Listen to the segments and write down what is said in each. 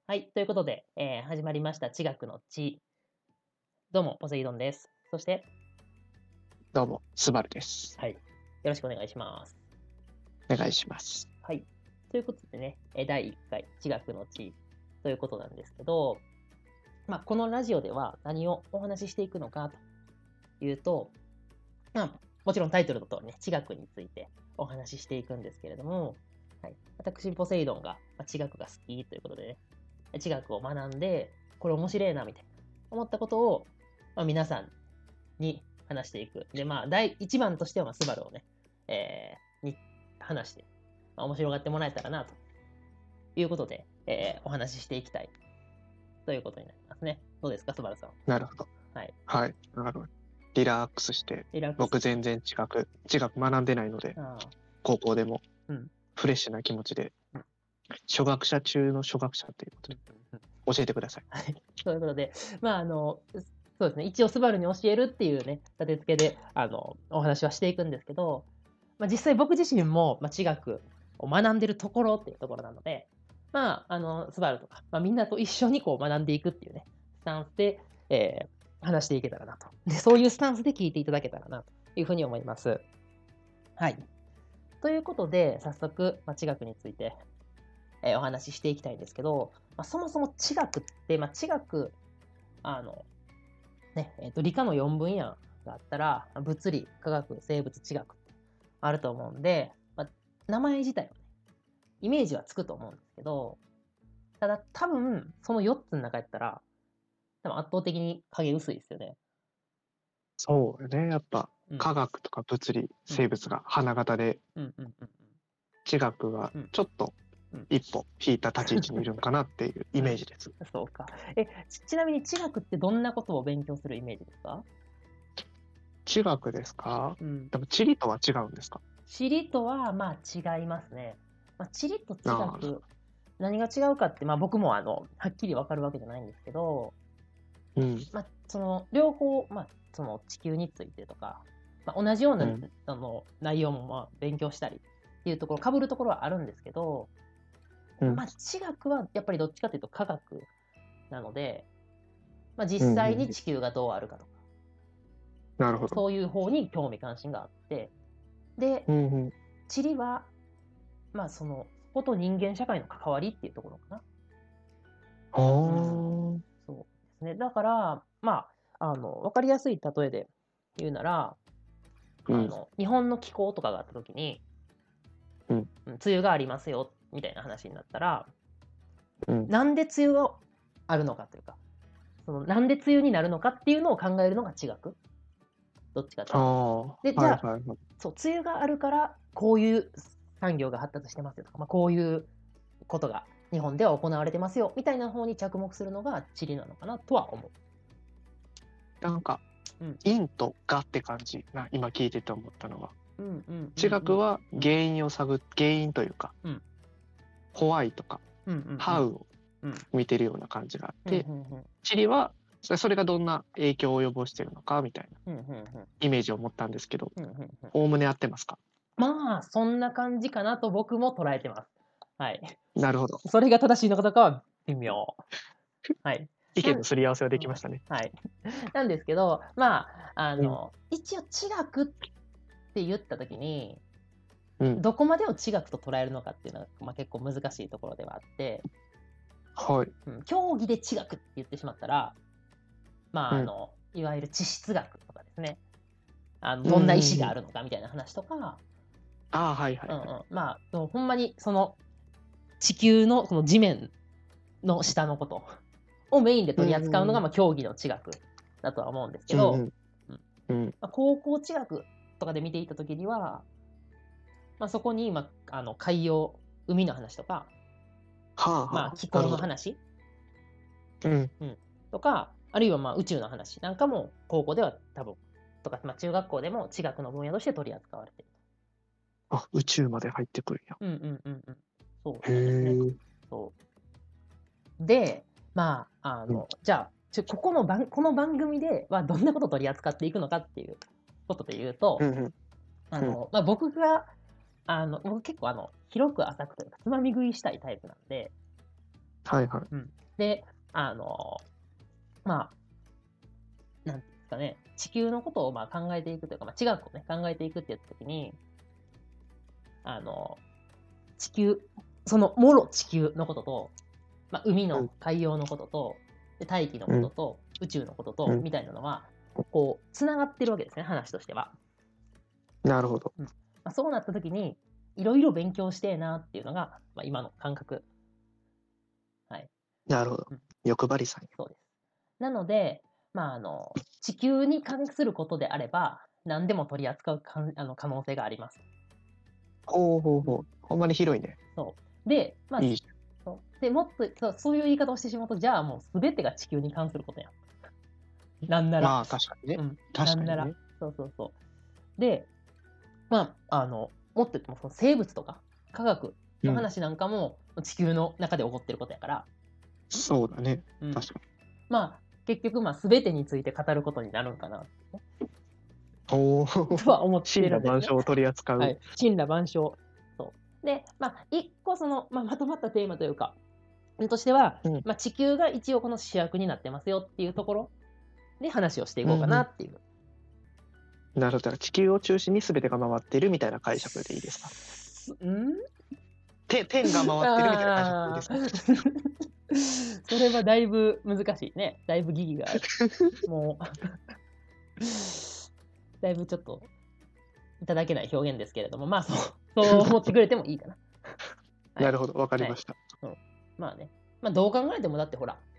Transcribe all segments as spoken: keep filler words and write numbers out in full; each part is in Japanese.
はい、ということで、えー始まりました地学の地。どうも、ポセイドンです。そして、 どうも、スバルです。 はい、よろしくお願いします。 お願いします。 はい、ということでね、えーだいいっかい地学の地ということなんですけど、まあ、このラジオでは何をお話ししていくのかというと、まあ、もちろんタイトルの通りね、地学についてお話ししていくんですけれども、はい、私、ポセイドンが、まあ、地学が好きということでね、地学を学んで、これ面白いな、みたいな思ったことを、まあ、皆さんに話していく。で、まあ、第一番としては、まあ、スバルをね、えー、に話して、まあ、面白がってもらえたらな、ということで、えー、お話ししていきたいということになりますね。どうですか、スバルさん。 なるほど。 はい。 はい。なるほど。リラックスして、 リラックスして。 僕全然地学、地学学んでないので、 ああ、 高校でもうん。 フレッシュな気持ちでうん、 初学者中の初学者ということで、教えてください。 はい。ということで、まあ、あの、そうですね、一応スバルに教えるっていうね、立て付けで、あの、お話はしていくんですけど、まあ、実際僕自身も、まあ、地学を学んでるところっていうところなので、まあ、あの、スバルとか、まあ、みんなと一緒にこう学んでいくっていうね、スタンスで、えー話していけたらなと。で、そういうスタンスで聞いていただけたらなというふうに思います。はい。ということで、早速、まあ、地学について、えーお話ししていきたいんですけど、まあ、そもそも地学って、まあ、地学、あの、ね、えっ、と、理科のよんぶん野があったら、物理、科学、生物、地学ってあると思うんで、まあ、名前自体はね、イメージはつくと思うんですけど、ただ多分、そのよっつの中やったら、多分圧倒的に影薄いですよね。 そうよね。やっぱ、 うん。 科学とか物理、 うん。 生物が花形で、 うんうんうん地学がうん。 ちょっとうん。 一歩引いた立ち位置にいるんかなっていうイうん。 メージです。 そうか。え、ち、ちなみに地学ってどんなことを勉強するイメージですか？ 地学ですか？ うん。 でも地理とは違うんですか？ 地理とは、まあ違いますね。まあ、地理と地ああ、 学、何が違うかって、まあ僕もあの、はっきりわかるわけじゃないんですけど、 うん、 まあ、その、両方、まあ、その地球についてとか、まあ、同じような、 うん、 あの、内容もまあ勉強したりっていうところ、被るところはあるんですけど、 うん、 まあ、地学はやっぱりどっちかというと科学なので、まあ、 うん、 実際うん。 に地球がどうあるかとか、 なるほど。 そういう方に興味関心があって、で、 うん、うん。 地理は、まあ、その、そこと人間社会の関わりっていうところかな。 あうん。 あ、 そうですね。だから、まあ、あの、わかりやすい例えで言うなら、 うん、 あの、日本の気候とかがあった時に、 うん、 うん梅雨がありますよ、みたいな話になったら、 うん。 なんで梅雨があるのかというか、その、なんで梅雨になるのかっていうのを考えるのが地学。どっちかとあいうと。 あ、はで、 い、はい、 じゃあ、 はい。 そう、梅雨があるから、こういう産業が発達してますよとか、まあ、こういうことが日本では行われてますよ、みたいな方に着目するのが地理なのかなとは思なんか、 う。うん。 陰とがって感じな、今聞いてて思ったのは。 うんうんう地んうん。 学はうん原因を探っ、原因というか、 うん。 ホワイとか、 うんうんうん。 ハウをうん見てるような感じがあっうんうて、 ん地理は、それそれがどんな影響を及ぼしてるのか、みたいなうんうんうんイメージを持ったんですけど、 うんうんうん。 おおむね合ってますか？ まあ、そんな感じかなと僕も捉えてます。はい。 なるほど。 それが正しいのかどうかは微妙。はい。 意見のなんすり合わせはできましたね。 はい。なんですけど、まあ、あうん、 の、一応地学って言った時に、 うん、 どこまでを地学と捉えるのかっていうのが、まあ、結構難しいところではあって、 はい、 うん、競技で地学って言ってしまったら、まあ、 うん、 あの、いわゆる地質学とかですね。あの、 うん、 どんなうん、 石があうん。 るのかみたいな話とか、 ああ、はい、はい、はい。 うんうん。まあ、でもほんまにその地球のその地面の下のことをメインでうん、 取り扱うのが、 うん、 まあ、競技の地学だとは思うんですけうん、うど、 ん、 うんうん。 まあ、高校地学とかで見ていたときには、まあ、そこに、まあ、あの海洋、海の話とか、 はあ、 まあ、 はあ、 気なるほど。 候の話、 うん。 うん、とか、あるいはまあ宇宙の話なんかも高校では多分、とか、まあ、中学校でも地学の分野として取り扱われている。 あ、宇宙まで入ってくるんや。 うんうんうんうん。そうへなんですね。 え。 そう。で、まあ、あうん、 の、じゃあ、ちょここの番、この番組ではどんなことを取り扱っていくのかっていうことで言うと、 うん、うん、うん。 あの、まあ、僕が、あの、僕結構あの、広く浅くというか、つまみ食いしたいタイプなんで、 はいはい。 うん、で、あの、まあ、なんていうんですかね、地球のことをまあ考えていくというか、まあ、地学をね、考えていくってやったときに、あの、地球、その、もろ地球のことと、まあ、海のうん、 海洋のことと、で大気のうん、 ことと、宇宙のことと、 うん。 みたいなのは、こう、つながってるわけですね、話としては。 なるほど。 うんまあ、そうなった時に、いろいろ勉強してえなっていうのが、まあ、今の感覚。はい。 なるほど。 うん、 欲張りさんや。 そうです。なので、まあ、あの、地球に関することであれば、何でも取り扱うかんあの可能性があります。 ほうほううんほう。ほんまに広いね。 そうで、まあ、 いいじそうでもっとそう、そういう言い方をしてしまうと、じゃあもう全てが地球に関することやん。なんなゃん。 ら。 まあ、確かにね。 うん。なんなら。 確かにね。 そうそうそう。で、まあ、あの、もっと言ってもその生物とか科学うん。 の話なんかも地球の中で起こってることやから、 そうだね。 うん、 確かに。 まあ、結局、まあ、全てについて語ることになるんかな、 おお。 とは思って森るんですね。 羅万象を取り扱う。 はい。神羅万象。そう。で、まあ、一個その、まあ、まとまったテーマというか、としては、 うん。 まあ、地球が一応この主役になってますよっていうところで話をしていこうかうんうん。 なっていう。 なるほど。地球を中心に全てが回ってるみたいな解釈でいいですか？ んて天が回ってるみたいな解釈でいいあですか？ ーそれはだいぶ難しいね。だいぶ疑義がある。もう、だいぶちょっといただけない表現ですけれども、まあそう、そう思ってくれてもいいかな。はい、 なるほど。わかりはいました。 うん。まあね。まあどう考えてもだってほら、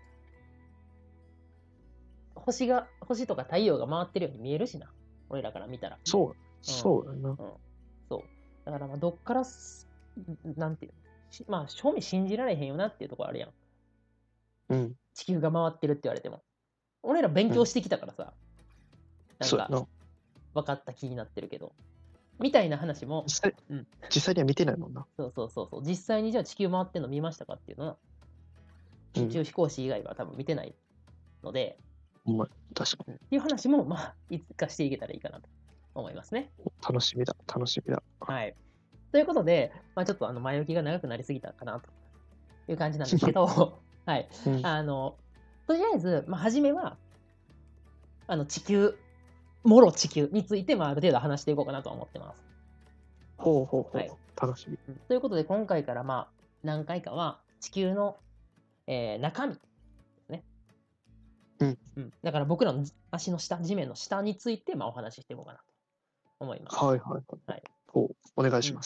星が、星とか太陽が回ってるように見えるしな。俺らから見たら。 そう。 うん。 そうだな。 うん。そう。だからまあどっからす、なんていうのしまあ正味信じられへんよなっていうところあるやん。 うん。 地球が回ってるって言われても。俺ら勉うん。 強してきたからさ、なんかそうやな。 分かった気になってるけど。みたいな話も、 実際、 うん。 実際には見てないもんな。 そうそうそうそう。実際にじゃあ地球回ってんの見ましたかっていうのは、 うん。 宇宙飛行士以外は多分見てないので、 ほんま、確かうんっていう話も、まあ、いつかしていけたらいいかなと思いますね。 に。楽しみだ。楽しみだ。 はい。ということで、まあ、ちょっとあの前置きが長くなりすぎたかなという感じなんですけど、はい。 うん。 あの、とりあえず、まあ、初めは、あの、地球、もろ地球について、まあ、ある程度話していこうかなと思ってます。 ほうほうほう。 はい楽しみ。 うんということで、今回から、まあ、何回かは、地球の、えー中身ですね。 うん。 うん。だから僕らの足の下、地面の下について、まあ、お話ししていこうかなと思います。 はいはいはい。 はい。 ほう。お願いします。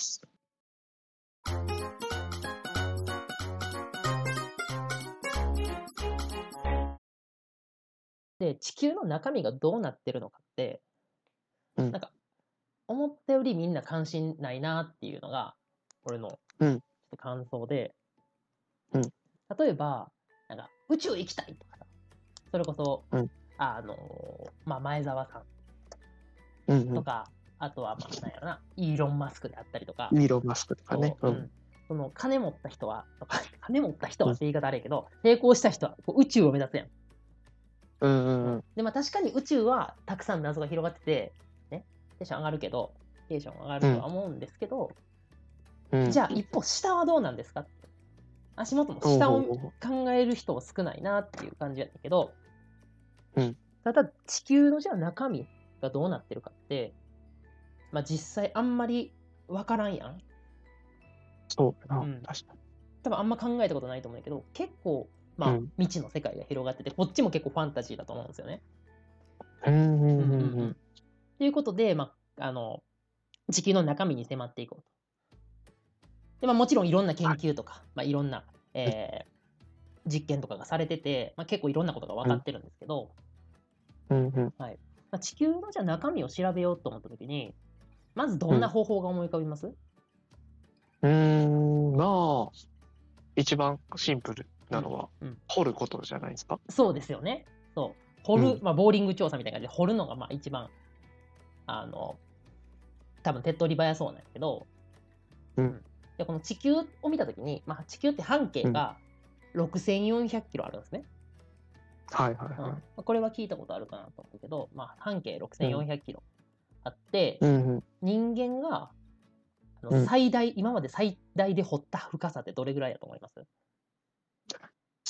で、地球の中身がどうなってるのかって、 うんなんか、思ったよりみんな関心ないなっていうのが、俺のうん。 ちょっと感想で、 うん。 例えば、なんか、宇宙行きたいとかさ、それこそ、 うん。 あの、まあ、前澤さうんうん。 んとか、あとは、まあ、なんやろな、イーロン・マスクであったりとか、 イーロン・マスクとかね。 そうう、 ん。 ん。その、金持った人は、とか、金持った人うん。 はって言い方あれやけど、成功した人はこう宇宙を目指すやん。 うんうんううんん。で、まあ、確かに宇宙はたくさん謎が広がってて、ね、テンション上がるけど、テンション上がるとは思うんですけど、 うん。 じゃあ一方下はどうなんですかって。足元のほう下をほうほうほ考える人は少ないなっていう感じやったけど、 うん。 ただ地球のじゃあ中身がどうなってるかって、まあ実際あんまりわからんやん。 そうだな。 うん。 確かに。 多分あんま考えたことないと思うんだけど、結構、まあうん。 未知の世界が広がってて、こっちも結構ファンタジーだと思うんですよね。 うんうんうんうんうんううんん。 ということで、まあ、あの、地球の中身に迫っていこうと。で、まあもちろんいろんな研はい。 究とか、まあいろんな、えー実験とかがされてて、まあ、結構いろんなことが分うんかってるんですけど、 うんうんはいまあ、地球のじゃあ中身を調べようと思ったときに、まずどうん。 んな方法が思い浮かびます？ うーん。まあ、一番シンプルうなんのは、 うん。 掘ることじゃないですか。 そうですよね。そう。掘る、 うん。 まあ、ボーリング調査みたいな感じで掘るのがまあ一番、あの、多分手っ取り早そうなんやけど、 う。 うんん。で、この地球を見たときに、まあ、地球って半径うん。 がろくせんよんひゃくキロあるんですね。うん。 はいはいはい。 まあこれは聞いたことあるかなと思うけど、まあ、半径うん。 ろくせんよんひゃくキロあって、 うんうん人間があのうん。 最大、今まで最大で掘った深さってどれぐらいだと思います？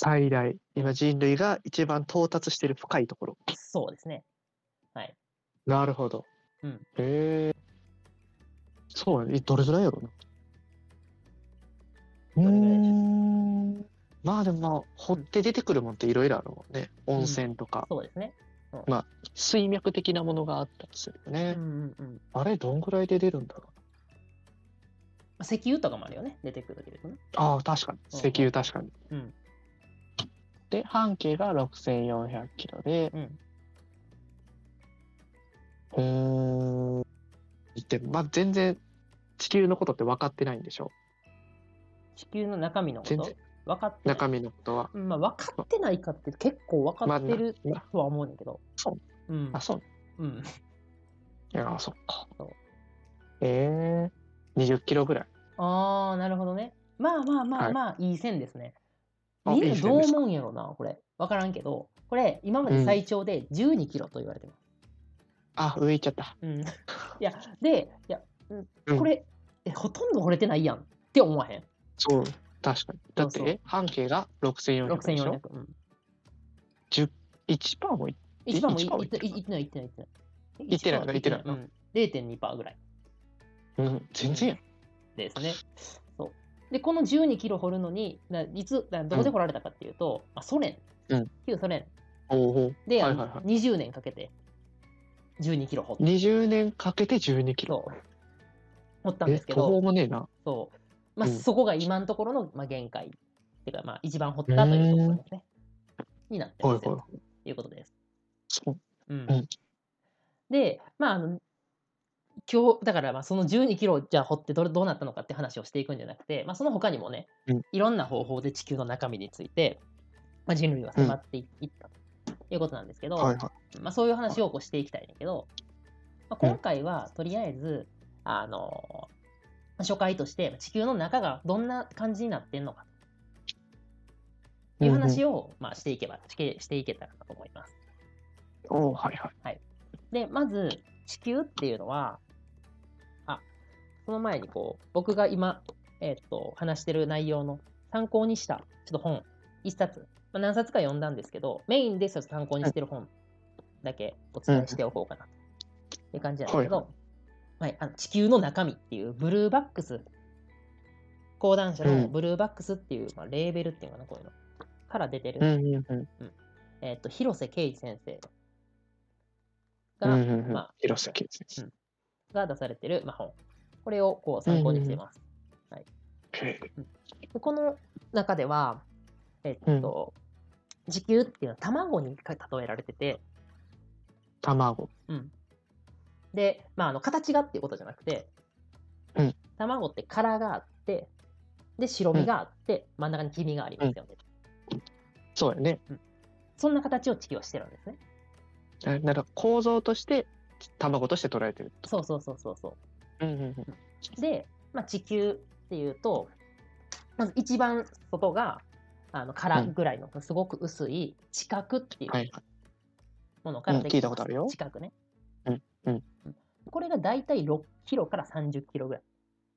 最大。今人類が一番到達している深いところ。 そうですね。はい。 なるほど。 うん。 へえ。そうね。どれぐらいやろうな。うーどれぐらいでしょん。まあでもまあ、掘って出てくるもんっていろいろあるもんね。 う。 温泉とか。 そうですね。 まあ、水脈的なものがあったりするようんね。 うんうん。 あれ、どんぐらいで出るんだろう。 石油とかもあるよね。出てくるけどね。 ああ、確かに。石油確かに。 うん。 で、半径がろくせんよんひゃくキロで、 うん。 うーん。で、まあ、全然地球のことって分かってないんでしょ。 地球の中身のこと全然分かってない。 中身のことは。 うんまあ、分かってないかって結構分かってるまあとは思うんだけど。 そう。 うんあ、。そう。 うん。 いや、そっかそう。 ええー、にじゅっキロぐらい。 ああ、なるほどね。まあまあまあはい。 まあ、いい線ですね。 あ、 みんいないどう思線ですか。 うんやろな、これ。分からんけど、これ、今までうん。 最長でじゅうにキロと言われてます。 あ、上行っちゃった。 うん。いや、で、いや、うんうんこれ、え、ほとんど掘れてないやんって思わへん。 そう。確かに。だって、 そうそうえ半径がろくせんよんひゃくでしょ。 ろくせんよんひゃく。うん。 じゅう、いちパーセントもい一番もいいちパーセントいもいってるいってない、いってない、いってない。 いってないのいちパーセントいってないのうん。れいてんにパーセントぐらいうん、全然やん。 ですね。そう。で、このじゅうにキロ掘るのに、ないつ、などこで掘られたかっていうと、まあ、ソ連、 うん旧ソ連おうおうで、あのはいはいはい。 にじゅうねんかけてじゅうにキロ掘っにじゅうねんかけてじゅうにキロ。 そう掘ったんえ、 ですけ途方ど、 もねえな。 そう。まあ、 うんそこが今のところの、まあ、限界。っていうか、まあ、一番掘っうたというとこーん。 ろですね。になってますよ、 はいはい。 ということです。 そう。 うんうん。 で、まあ、あの、今日、だからまあそのじゅうにキロじゃあ掘ってどれどうなったのかって話をしていくんじゃなくて、まあ、その他にもね、 うんいろんな方法で地球の中身について、まあ、人類は迫っていいったということなんですけど、 はいはまあ、そういう話をこうしていきたいんだけど、まあ、今回はとりあえず、あの初回として地球の中がどんな感じになってんのかとい。 いううんうん。 話を、まあ、していけばしてしていけたらなと思います。 おうはいはい。 はい。で、まず地球っていうのは、あ、その前にこう僕が今、えっと話してる内容の参考にしたちょっと本一冊、まあ、何冊か読んだんですけど、メインで参考にしてる本だけお伝えしておこうかなという感じなんですけど、 はいはい、あの地球の中身っていうブルーバックス、講談社のブルーバックスっていう、まあ、レーベルっていうのかな、こういうのから出てる、 うんうんうん。 えっと広瀬圭一先生うんが、 うんうん。 まあ、 広瀬圭一です。 が出されてる、まあ、本。これをこう参考にしています。はいへえでこの中では、えっと、地球っていうのは卵に例えられてて、 卵。 うん。で、まあ、あの形がっていうことじゃなくて、 うん卵って殻があって、で、白身があって、真ん中に黄身がありますよね。 そうやね。 そんな形を地球はしてるんですね。 えなんか構造として卵として捉えてる。 そうそうそうそうそうんうんうん。 う。で、まあ、地球っていうと、まず一番外があの殻ぐらいのすごく薄い地殻っていうはいはい。 ものからできてます。 うん聞いたことあるよ地殻ね。 うんうんこれがだいたいろっキロからさんじゅっキロぐらい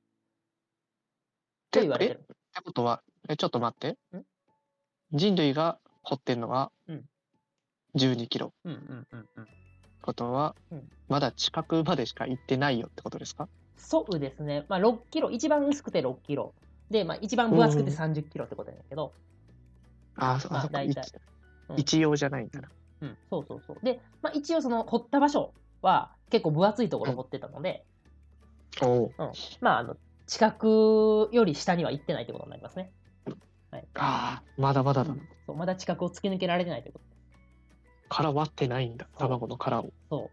とで言われてる。 ってことは、え、ちょっと待ってん。 人類が掘ってんのがうんじゅうにキロ。 うんうんうんうん。 ことは、 うんまだ近くまでしか行ってないよってことですか？ そうですね。まあ、ろっキロ、一番薄くてろっキロ。で、まあ、一番分厚くてさんじゅっキロってことなんだけど、 ああ、そまああそっか。 大体一うん一様じゃないんだな。 うん、そうそうそう。で、まあ、一応その掘った場所は結構分厚いところ掘ってたので、 おお。 うんまあ、あの、近くより下には行ってないってことになりますね。 ああ、まだまだだな。 そうまだ近くを突き抜けられてないということです。 殻割ってないんだ。 そう卵の殻を。 そう。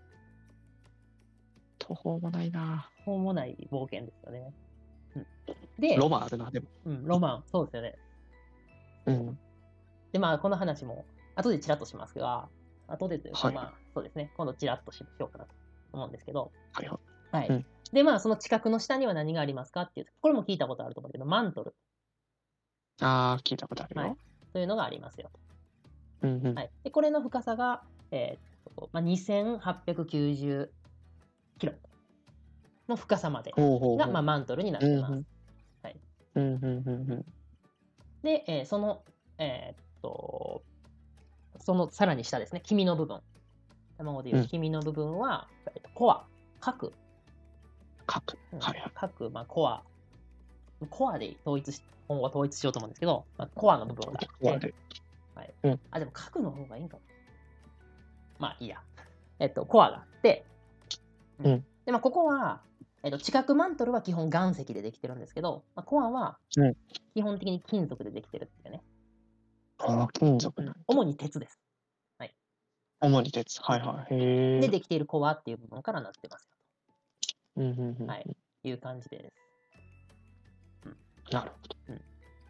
途方もないな。 しょうもない冒険ですよね。うん、で、 ロマンあるな、でも。 うん、ロマン、そうですよね。 うん。 で、まあ、この話も後でチラッとしますが、後でというか、 はいまあ、そうですね、今度チラッとしようかなと思うんですけど、 はいはい。 はい。 うんで、まあ、その近くの下には何がありますかっていう、これも聞いたことあると思うけど、マントル、 ああ、聞いたことあるよ。 はい、というのがありますよ。 うんうん。 はい、でこれの深さが、えーっとまあ、にせんはっぴゃくきゅうじゅうキロの深さまでほうほうほうが、まあ、マントルになってます。 うんうんはい、 うんうんうんうん。 で、えーそのえーっと、そのさらに下ですね、黄身の部分。卵でいう黄身の部分は、うん、えっと、コア、核。 核。はいはい。 核、まあ、コア。コアで統一し、今後は統一しようと思うんですけど、まあ、コアの部分があって、はい。うん、あ、でも核の方がいいんかな。まあいいや。えっと、コアがあって、うん、で、まあ、ここは、えっと、地殻マントルは基本岩石でできてるんですけど、まあ、コアは基本的に金属でできてるっていうね。 ああ、金属なんだ。 主に鉄です。はい。 主に鉄。はいはい。へえ。 で、できているコアっていう部分からなってますよと。うんうんうん。 はい。いう感じです。 うん、なるほど。 うん、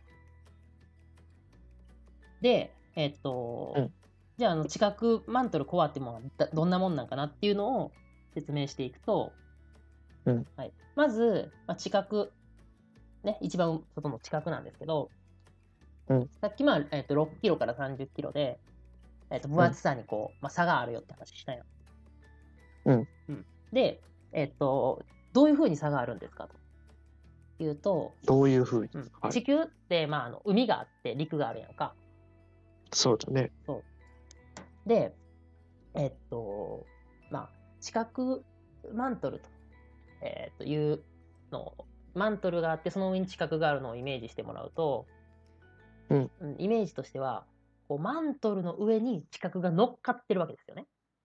で、えっと、うん、じゃあ、あの、地殻マントルコアっていうものはどんなもんなんかなっていうのを説明していくと、 うん、 はい。まず、まあ、地殻、ね、一番外の地殻なんですけど、うん、さっき、まあえー、とろっキロからさんじゅっキロで、えー、と分厚さにこう、まあ、差があるよって話したよ。 うんうん、で、えっ、ー、と、どういうふうに差があるんですかというと、 どういうふうに、 うんはい、地球って、まあ、あの海があって陸があるやんか。 そうだね。 そうで、えっ、ー、と、まあ、地殻マントルと、えー、というのマントルがあって、その上に地殻があるのをイメージしてもらうと、 うん、 イメージとしては、こうマントルの上に地殻が乗っかってるわけですよね。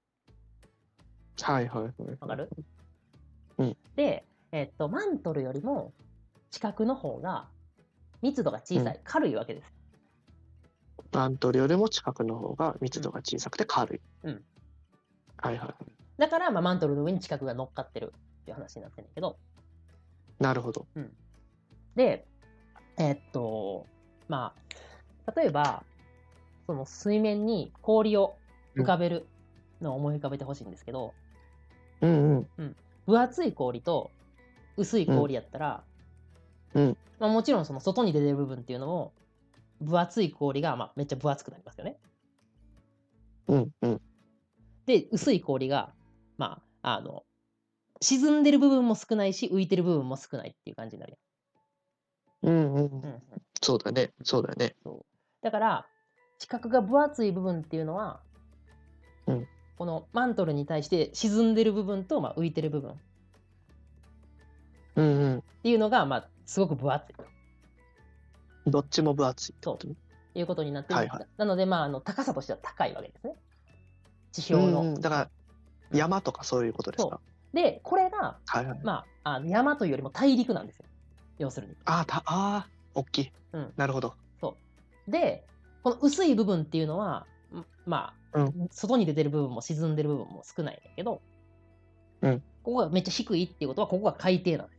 はいはいはい。 わかる？ うん。 で、えっと、マントルよりも地殻の方が密度が小さい、うん、軽いわけです。 マントルよりも地殻の方が密度が小さくて軽い。 うん。うん、 はいはい。 だから、まあ、マントルの上に地殻が乗っかってるっていう話になってるんだけど。 なるほど。 うん。で、えー、っと、まあ、例えば、その水面に氷を浮かべるのを思い浮かべてほしいんですけど、 うんうん。 うん、分厚い氷と薄い氷やったら、 うんまあ、もちろんその外に出てる部分っていうのも分厚い氷がまあめっちゃ分厚くなりますよね。 うんうん、 で薄い氷がまああの沈んでる部分も少ないし浮いてる部分も少ないっていう感じになる。 うんうん、うん、そうだねそうだね。 そうだから地殻が分厚い部分っていうのは、 うん、 このマントルに対して沈んでる部分とまあ浮いてる部分うんうん、 っていうのがまあすごく分厚い。 どっちも分厚いということになってる、 はいはい、 なのでまああの高さとしては高いわけですね。地表の、うん、 だから山とかそういうことですか。 でこれが、 はいはい、 まあ、あの山というよりも大陸なんですよ、要するに。 あたあ大きい、うん、なるほど。 そうでこの薄い部分っていうのはまあ、うん、外に出てる部分も沈んでる部分も少ないんだけど、うん、ここがめっちゃ低いっていうことはここが海底なんです。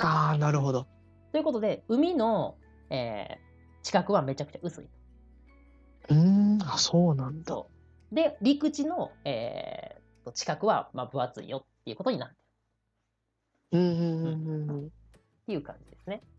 ああなるほど。 ということで海の、えー、地殻はめちゃくちゃ薄い。 うーんあそうなんだ。 そうで陸地の、えー、地殻はまあ分厚いよっていうことになってる。うんうんうんうん。 っていう感じですね。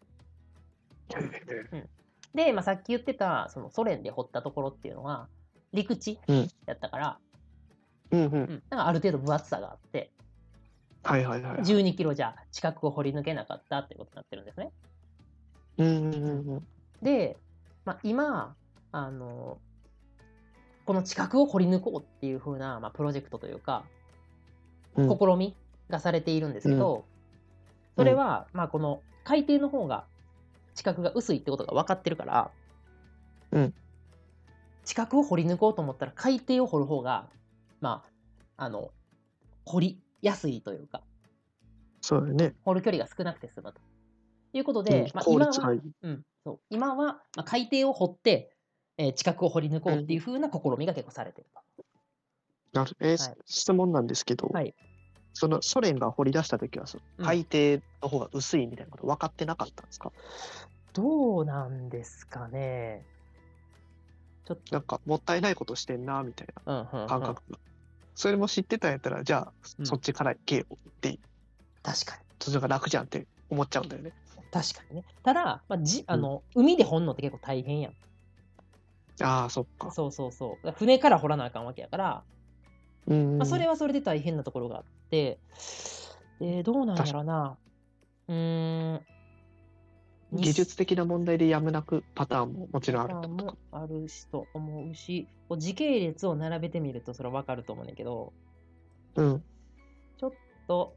うん、で、まあ、さっき言ってたそのソ連で掘ったところっていうのは陸地やったから、うんうんうん、なんかある程度分厚さがあって、 はいはいはいはい、 じゅうにキロじゃ近くを掘り抜けなかったってことになってるんですね。 うんうんうん、 で、まあ、今あのこの地殻を掘り抜こうっていう風な、まあ、プロジェクトというか、うん、試みがされているんですけど、うん、それは、まあ、この海底の方が地殻が薄いってことが分かってるから、うん、地殻を掘り抜こうと思ったら海底を掘る方がまああの掘りやすいというか、 そうだね、 掘る距離が少なくて済むということで、うん、まあ、今は、うん、そう今は、まあ、海底を掘って、えー、地殻を掘り抜こうっていう風な試みが結構されてると。 なるえーはい、質問なんですけど、はい、そのソ連が掘り出した時はその海底の方が薄いみたいなこと分かってなかったんですか。 うん、どうなんですかね。 ちょっとなんかもったいないことしてんなみたいな感覚が、うんうんうん、それも知ってたんやったらじゃあ、うん、そっちから行けよって、 確かにそっちが楽じゃんって思っちゃうんだよね。 確かにね。ただ、まあ、じあの、うん、海で掘んのって結構大変やん。 ああそっか。 そうそうそう。船から掘らなあかんわけやから、 うんうん、 まあ、それはそれで大変なところがあって、でどうなんやろな。うーん技術的な問題でやむなくパターンももちろんあるパターンもあるしと思うし、こう時系列を並べてみるとそれは分かると思うんだけど、 うん。 ちょっと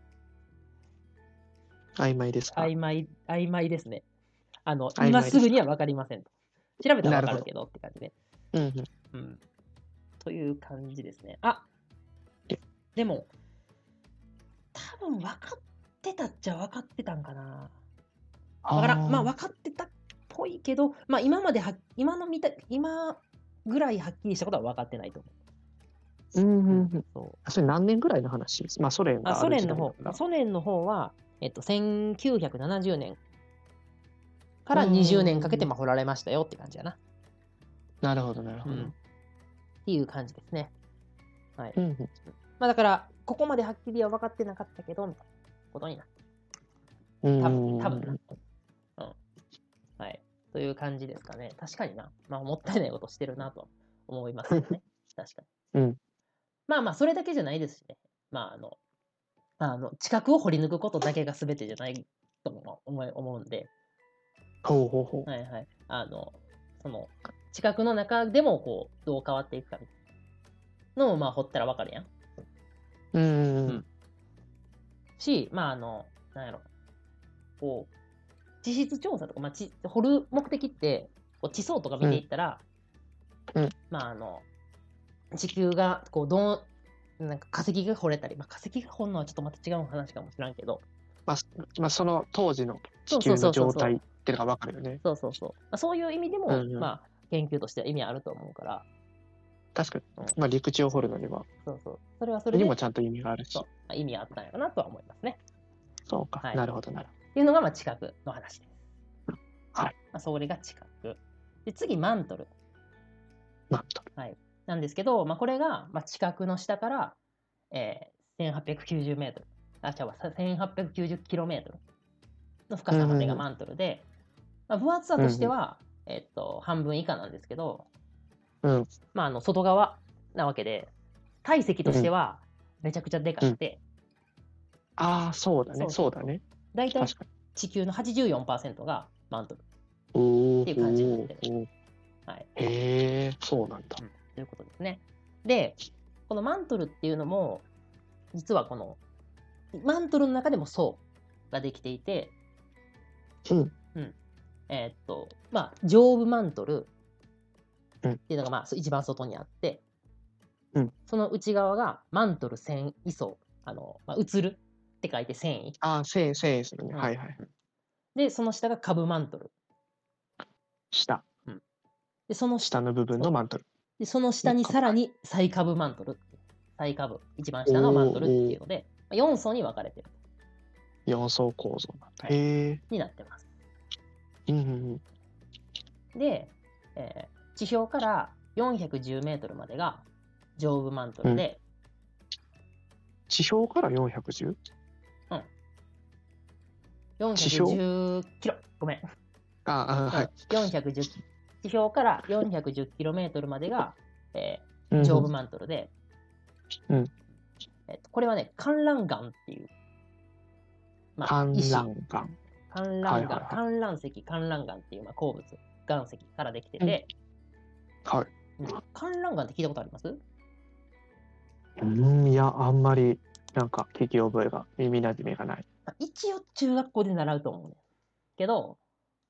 曖昧ですか？ 曖昧、曖昧ですね。あの、 曖昧今ですかすぐには分かりませんと。調べたら分かるけどって感じで。 うんうん。 うん。という感じですね。あえでも、多分分かってたっちゃ分かってたんかな。わからん。まあ分かってたっぽいけど、まあ今までは、今の見た、今ぐらいはっきりしたことは分かってないと思う。 うんうんうん。 そうそれ何年ぐらいの話です？まあソ連あがある時ソ連の方、 代だから。 ソ連の方は、えっと、せんきゅうひゃくななじゅうねんからうんにじゅうねんかけてまあ掘られましたよって感じやな。 なるほどなるほど。 うんっていう感じですね。はい。 うんうんまあだから、ここまではっきりは分かってなかったけど、みたいなことになってうん多分、多分うんな。うん。はい。という感じですかね。確かにな。まあ、もったいないことしてるなと思いますよね。確かうん。 に。まあまあ、それだけじゃないですしね。まあ、あの、あの、地殻を掘り抜くことだけが全てじゃないとも思い思うんで、 ほうほうほう。 はいはい。あの、その、地殻の中でも、こう、どう変わっていくかみたいなのを、まあ、掘ったらわかるやん。 うんうんううんん。し、まあ、あの、なんやろ。こう、地質調査とか、まあ、地掘る目的って、こう地層とか見ていったら、 うんうんまあ、あの、地球が、こう、どう、なんか化石が掘れたり、まあ、化石が掘るのはちょっとまた違う話かもしれんけど、 まあ、まあその当時のそ地球のうそうそうそう状態っていうのがわかるよね。 そうそうそう。まあ、そういう意味でも、 うんうん。 まあ、研究としては意味あると思うから、 確かに。 うん、 まあ陸地を掘るのには、 そうそう。それはそれで、 にもちゃんと意味があるし。 そう、まあ、意味あったんやかなとは思いますね。 そうか。 はい。 なるほどなるほど。 っていうのが、まあ、地殻の話です。 はい。 まあ、それが地殻。で、次、マントル。 マントル。 はい。なんですけど、まあ、これが、まあ、地殻の下から、えー、せんはっぴゃくきゅうじゅうメートル。あ、違うわ、せんはっぴゃくきゅうじゅうキロメートルの深さまでがマントルで、まあ、分厚さとしては、うんうん、えっと、半分以下なんですけど、 うん。 まあ、あの、外側なわけで、体積としてはめちゃくちゃでかくて、 うん、ああ、そうだね、そうだね。 だいたい地球の はちじゅうよんパーセント がマントルっていう感じになってる。はい、 へえ、そうなんだ、 うん。ということですね。で、このマントルっていうのも、実はこの、マントルの中でも層ができていて、 うん。 うん、えー、っと、まあ、上部マントルっていうのが、まあ、一番外にあって、 うん、 その内側がマントル繊維層、あの、まあ、映るって書いて繊維。 ああ、繊維、繊維ですね、うん。はいはい。 で、その下が下部マントル。 下。 うん。で、その下の部分のマントル。 で、その下にさらに最下部マントル。最下部、一番下のマントルっていうので、よん層に分かれてる。 よん層構造なんだ。へえ。 になってます。 うんうんうん。で、えー、地表からよんひゃくじゅうメートルまでが上部マントルで、 うん、地表から よんひゃくじゅう？ うん。よんひゃくじゅうキロ。ごめん。 ああ、はい。 よんひゃくじゅう、地表からよんひゃくじゅうキロメートルまでが、えー、上部マントルで、 うん。 えっと、これはね、観覧岩っていう、 まあ、観覧岩。 観覧岩、観覧石、観覧岩っていう、まあ、鉱物、岩石からできてて、 うん、はい、 うん。観覧岩って聞いたことあります？ うん、いや、あんまり、なんか、聞き覚えが、耳なじみがない。 一応、中学校で習うと思うけど、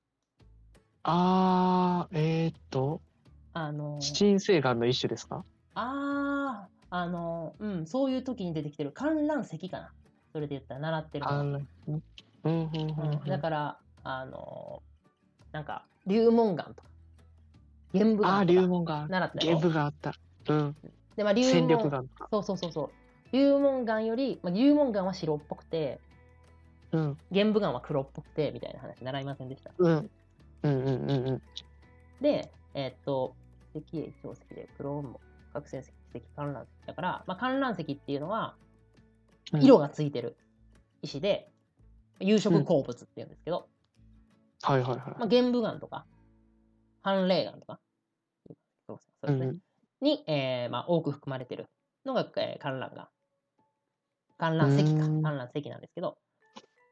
あー、えー、っと、 あのー、 新生岩の一種ですか？ あー、あのー、うん、そういう時に出てきてる観覧石かな。それで言ったら習ってるのは。うんうんうんうんうん、 だから、あのー、なんか、流紋岩とか、玄武岩とか流紋岩、 習ったよ。 玄武があった。うん。 で、まあ、流紋戦力岩とか。 そうそうそうそう。流紋岩より、まあ、流紋岩は白っぽくて、 うん。 玄武岩は黒っぽくて、みたいな話習いませんでした？ うん。うんうんうんうん。 で、えー、っと、石英、長石で、黒雲母、核線石、奇石、観覧石だから、まあ、観覧石っていうのは、色がついてる石で、うん、有色鉱物っていうんですけど、 うん、はいはいはい。 まあ、玄武岩とか、斑霊岩とか、そうですね、うん、に、えーまあ、多く含まれてるのが、えー、観覧岩。観覧石か。観覧石なんですけど、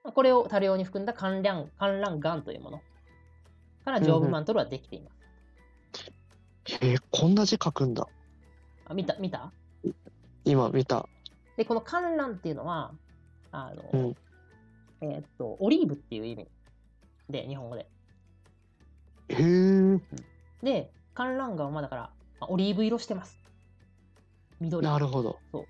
これを多量に含んだ環卵環卵岩というものから上部マントルはできています。 うんうん、えー、こんな字書くんだ。 あ、見た見た今見た。 で、この環卵っていうのは、あの、 うん、 えー、っと、オリーブっていう意味で、日本語で。 へー。 で、環卵岩はだから、オリーブ色してます。緑。 なるほど。 そう。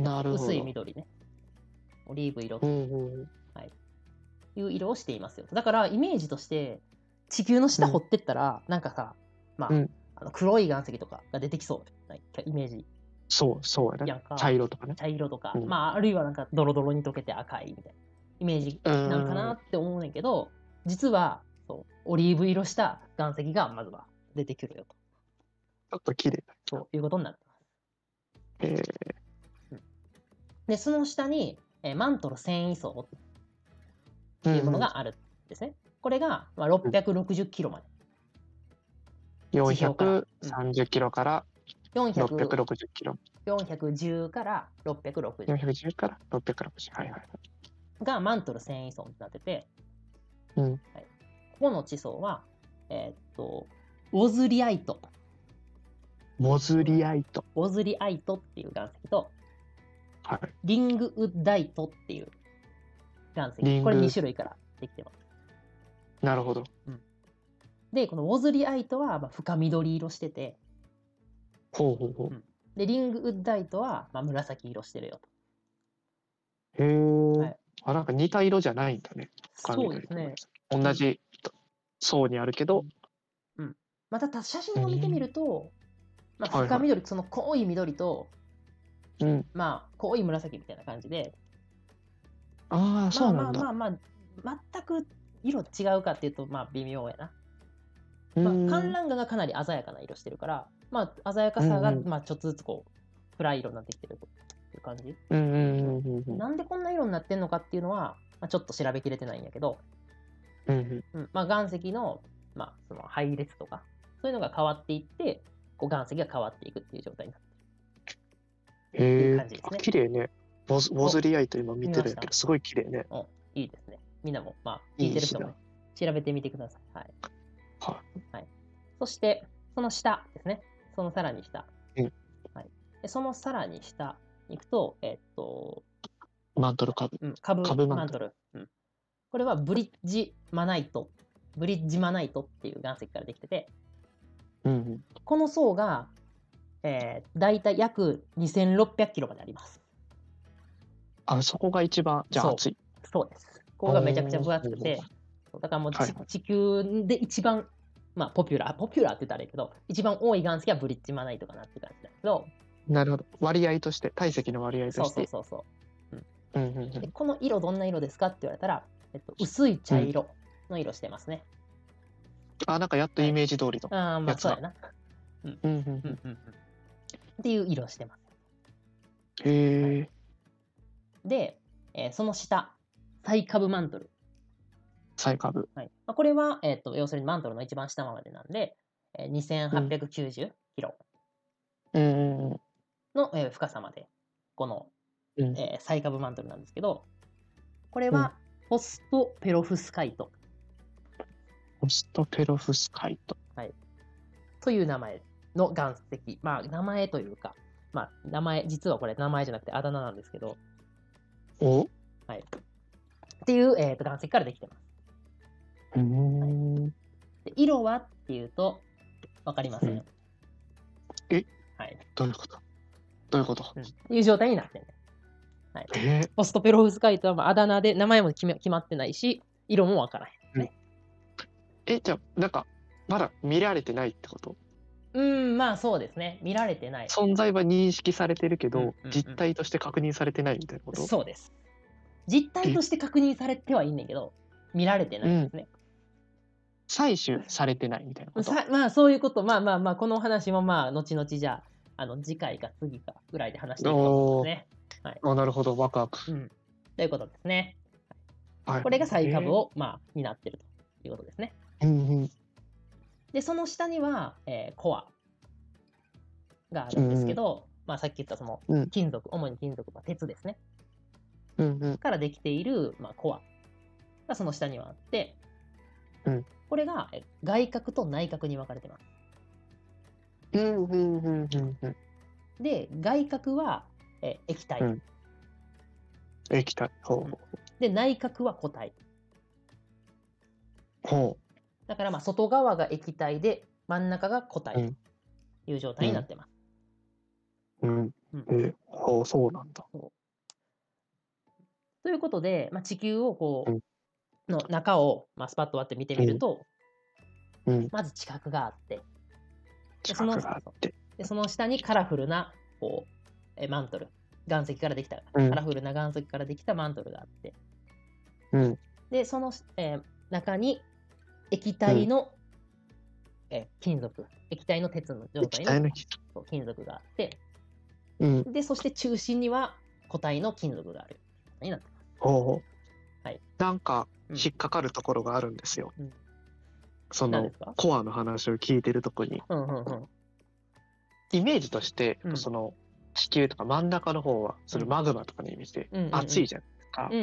なるほど。 薄い緑ね。オリーブ色。 うんうん、 はい。いう色をしていますよ。だから、イメージとして、地球の下掘ってったら、うん、なんかさ、まあ、うん、あの黒い岩石とかが出てきそう。イメージ。 そう、そうやね。茶色とかね。 茶色とか、うん、まあ、あるいはなんかドロドロに溶けて赤いみたいなイメージなんかなって思うねんけど、実はそうオリーブ色した岩石がまずは出てくるよと。 ちょっと綺麗だ。 そういうことになってます。 へえ、 うん。で、その下に、えー、マントル繊維層っていうものがあるんですね。うんうん、これが、まあ、ろっぴゃくろくじゅっキロまで。 よんひゃくさんじゅっキロからろっぴゃくろくじゅっキロ。 よんひゃくじゅうからろっぴゃくろくじゅう。 よんひゃくじゅうからろっぴゃくろくじゅう。はいはい。 がマントル繊維層になってて、 うん、 はい、ここの地層は、えー、っと、ウォズリアイト。 ウォズリアイト。 ウォズリアイトっていう岩石と、 はい、 リングウッダイトっていう岩石。これに種類からできてます。 なるほど。 うん、で、このウォズリアイトはまあ深緑色してて、 ほうほうほう。うん、 で、リングウッダイトはまあ紫色してるよと。へえ、はい、あ、なんか似た色じゃないんだね。 そうですね。 同じ層にあるけど。 うん。また写真を見てみると、まあ、深緑、はいはい、その濃い緑と、うん、まあ、濃い紫みたいな感じで、 ああ、そうなんだ。 まあまあまあ、まあ、全く色違うかっていうと、まあ、微妙やな。まあ、環卵岩がかなり鮮やかな色してるから、まあ、鮮やかさが、まあ、ちょっとずつこう、暗い色になってきてるという感じ。なんでこんな色になってんのかっていうのは、まあ、ちょっと調べきれてないんやけど、うんうん、まあ、岩石の、まあ、その配列とか、そういうのが変わっていって、こう岩石が変わっていくっていう状態になってる。 へえ、感じですね。綺麗ね。ウォズ、ウォズリアイト今見てるんやけど、すごい綺麗ね。 うん、いいですね。みんなも、まあ、聞いてる人もね、いい調べてみてください。はい。 はい。 はい、そして、その下ですね。そのさらに下。うん、はい、でそのさらに下に行くと、えー、っと、 マントル株。 うん、株マントル。マントル、うん。これはブリッジマナイト。ブリッジマナイトっていう岩石からできてて、うんうん、この層が、えー、だいたい約にせんろっぴゃくキロまであります。 あ、そこが一番、じゃあ厚い。 そう、そうです。ここがめちゃくちゃ分厚くて、だからもう、はいはい、地球で一番、まあ、ポピュラー、ポピュラーって言ったらいいけど、一番多い岩石はブリッジマナイトかなって感じだけど。 なるほど。割合として、体積の割合として。 そうそうそうそう。うんうんうんうん、でこの色どんな色ですかって言われたら、えっと、薄い茶色の色してますね。 うん、あ、なんかやっとイメージ通りの、 はい、ああ、まあそうやな。うんうんうんうんうん。っていう色してます。 へえ、はい。 で、えー、その下、最下部マントル。 最下部。 はい。まあ、これは、えっと、要するにマントルの一番下までなんで、えー、にせんはっぴゃくきゅうじゅうキロの、えー、深さまで、この、うん、えー、最下部マントルなんですけど、これは、ポストペロフスカイト。 ポストペロフスカイト。 はい。という名前の岩石。まあ、名前というか、まあ、名前、実はこれ名前じゃなくてあだ名なんですけど、 おはい。っていう、えー、と岩石からできてます。 うーん、 はい、で色はっていうと、わかりません。うん、 え、はい、どういうことどういうこと、 うん、っていう状態になってる、ね。はい、 えー、 ポストペロフスカイトはまああだ名で、名前も決め決まってないし、色もわからへん、ね。 うん、え、じゃあ、なんか、まだ見られてないってこと？ うん、まあそうですね。見られてない。 存在は認識されてるけど、うんうんうん、実態として確認されてないみたいなこと？ そうです。実態として確認されてはいいんだけど、見られてないんですね。うん、 採取されてないみたいなこと？ まあそういうこと。まあまあまあ、この話もまあ、後々じゃあ、あの次回か次かぐらいで話していくと思いますね。はい、 あ、なるほど、ワクワク。 うん。ということですね。 はい、 これが最下部を、まあ、担っているということですね。 うんうん、 で、その下には、えー、コアがあるんですけど、うん、まあ、さっき言ったその金属、うん、主に金属、まあ、鉄ですね。うんうん、からできている、まあ、コアがその下にはあって、 うん、 これが外核と内核に分かれてます。 うんうんうんうんうん。 で、外核はえ液体、うん、 液体。ほうほう。 で、内核は固体。 ほう。 だからまあ外側が液体で真ん中が固体という状態になってます。 うん。うん。うん、えー、ほう、そうなんだ。 ということで、まあ、地球をこう、うん、の中を、まあ、スパッと割って見てみると、うん、まず地殻があって、でそのでその下にカラフルなこうえマントル、岩石からできた、うん、カラフルな岩石からできたマントルがあって、うん、でその、えー、中に液体の、うん、え金属、液体の鉄の状態の金属があって、うん、でそして中心には固体の金属があるになってます。 お、はい、なんか引っかかるところがあるんですよ。うん、そのコアの話を聞いてるとこに、うんうんうん、イメージとして、うん、その地球とか真ん中の方はそのマグマとかのイメージで熱いじゃないですか。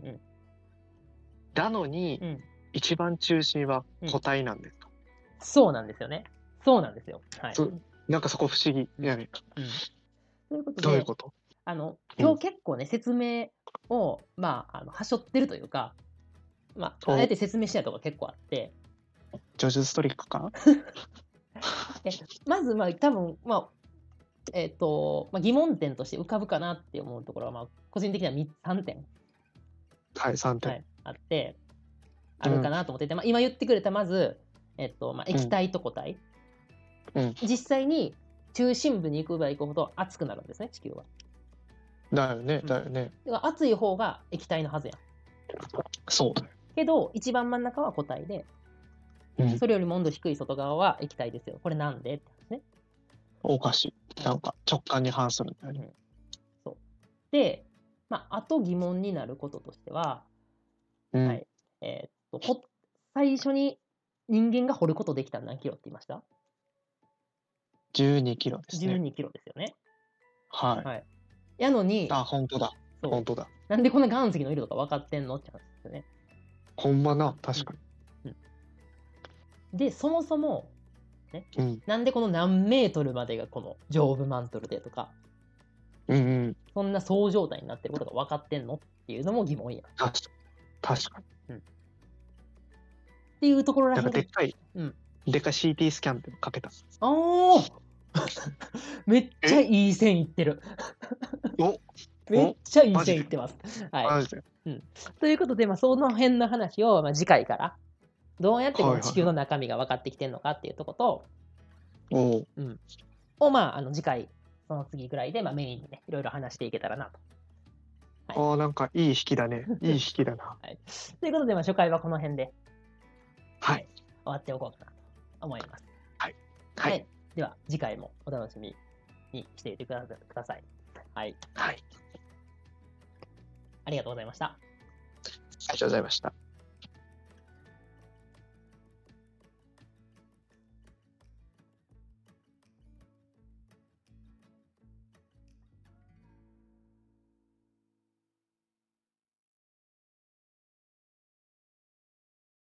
なのに、うん、一番中心は固体なんですか、 うん、そうなんですよね。そうなんですよ。はい、 なんかそこ不思議じゃないか。うんうん、 ということで、 どういうこと？ あの今日結構ね、うん、説明を、まあ、あのはしょってるというか、まあ、あえて説明したいところが結構あって。 ジョジョストリックかえまず、まあ、多分、まあ、えっ、ー、と、まあ、疑問点として浮かぶかなって思うところは、まあ、個人的にはさんてん。 はい、さんてん。 はい、あって、あるかなと思ってて、うん、まあ、今言ってくれた、まず、えっ、ー、と、まあ、液体と固体。うん、実際に中心部に行く場合行くほど熱くなるんですね、地球は。 だよね、だよね。 だから熱い方が液体のはずやん。 そうだよ。 けど、一番真ん中は固体で、うん、それよりも温度低い外側は液体ですよ。これなんでってね。 おかしい。なんか直感に反するんだよね。うん、 そうで、まあ、あと疑問になることとしては、うん、はい。えー、っと、最初に人間が掘ることできたの何キロって言いました？ じゅうにキロですね。 じゅうにキロですよね。 はい。はい、 やのに、 あ、本当だ。本当だ。 なんでこんな岩石の色とか分かってんのって話ですよね。 ほんまな、確かに。 うんうん、で、そもそも、ね、うん、なんでこの何メートルまでがこの上部マントルでとか、うんうん、そんな層状態になってることが分かってんのっていうのも疑問や。 確かに。確かに。うん、 っていうところらへん。 なんかでっかい、うん、でっかい シーティー スキャンってかけた。 おーめっちゃいい線いってる。おめっちゃいい線いってます。はい。うん、ということで、まあ、その辺の話を、まあ、次回からどうやってこの地球の中身が分かってきてるのかっていうところと、はいはいはい、うん、を、まあ、あの次回、その次ぐらいで、まあ、メインにね、いろいろ話していけたらなと。 はい、ああ、なんかいい引きだね。いい引きだな。 はい、ということで、まあ、初回はこの辺で、 はい、 終わっておこうかなと思います。 はい。 はい。はい、では、次回もお楽しみにしていてください。はい。 はい。 ありがとうございました。ありがとうございました。